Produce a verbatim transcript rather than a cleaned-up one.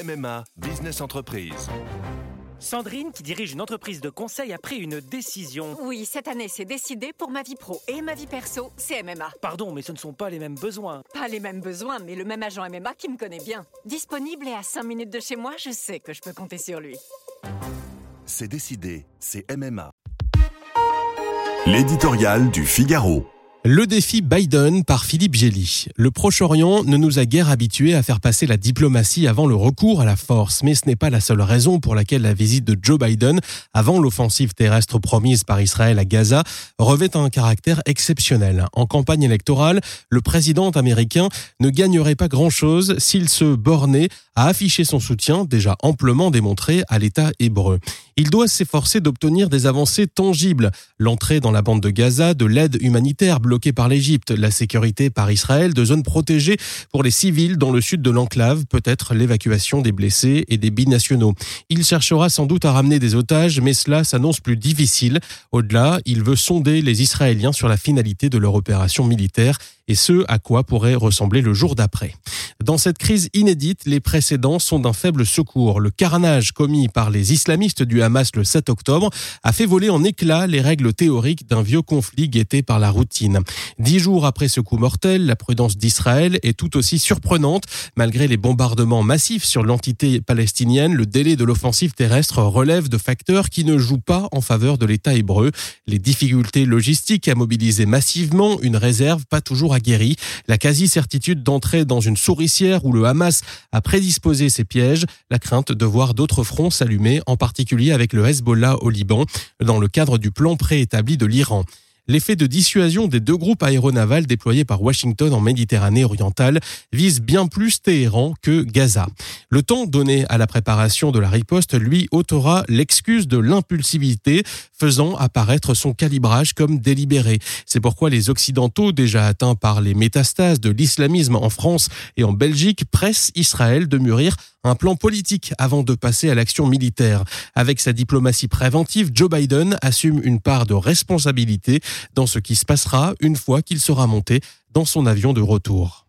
M M A Business Entreprise. Sandrine, qui dirige une entreprise de conseil, a pris une décision. Oui, cette année, c'est décidé pour ma vie pro et ma vie perso, c'est M M A. Pardon, mais ce ne sont pas les mêmes besoins. Pas les mêmes besoins, mais le même agent M M A qui me connaît bien. Disponible et à cinq minutes de chez moi, je sais que je peux compter sur lui. C'est décidé, c'est M M A. L'éditorial du Figaro. Le défi Biden par Philippe Gély. Le Proche-Orient ne nous a guère habitués à faire passer la diplomatie avant le recours à la force, mais ce n'est pas la seule raison pour laquelle la visite de Joe Biden, avant l'offensive terrestre promise par Israël à Gaza, revêt un caractère exceptionnel. En campagne électorale, le président américain ne gagnerait pas grand-chose s'il se bornait à afficher son soutien, déjà amplement démontré, à l'État hébreu. Il doit s'efforcer d'obtenir des avancées tangibles. L'entrée dans la bande de Gaza, de l'aide humanitaire bloquée par l'Égypte, la sécurité par Israël de zones protégées pour les civils dans le sud de l'enclave, peut-être l'évacuation des blessés et des binationaux. Il cherchera sans doute à ramener des otages, mais cela s'annonce plus difficile. Au-delà, il veut sonder les Israéliens sur la finalité de leur opération militaire et ce à quoi pourrait ressembler le jour d'après. Dans cette crise inédite, les précédents sont d'un faible secours. Le carnage commis par les islamistes du Hamas le sept octobre a fait voler en éclats les règles théoriques d'un vieux conflit guetté par la routine. Dix jours après ce coup mortel, la prudence d'Israël est tout aussi surprenante. Malgré les bombardements massifs sur l'entité palestinienne, le délai de l'offensive terrestre relève de facteurs qui ne jouent pas en faveur de l'État hébreu. Les difficultés logistiques à mobiliser massivement une réserve pas toujours aguerrie, la quasi-certitude d'entrer dans une souricière où le Hamas a prédisposé ses pièges, la crainte de voir d'autres fronts s'allumer, en particulier avec le Hezbollah au Liban, dans le cadre du plan préétabli de l'Iran. L'effet de dissuasion des deux groupes aéronavals déployés par Washington en Méditerranée orientale vise bien plus Téhéran que Gaza. Le temps donné à la préparation de la riposte lui ôtera l'excuse de l'impulsivité, faisant apparaître son calibrage comme délibéré. C'est pourquoi les Occidentaux, déjà atteints par les métastases de l'islamisme en France et en Belgique, pressent Israël de mûrir un plan politique avant de passer à l'action militaire. Avec sa diplomatie préventive, Joe Biden assume une part de responsabilité dans ce qui se passera une fois qu'il sera monté dans son avion de retour.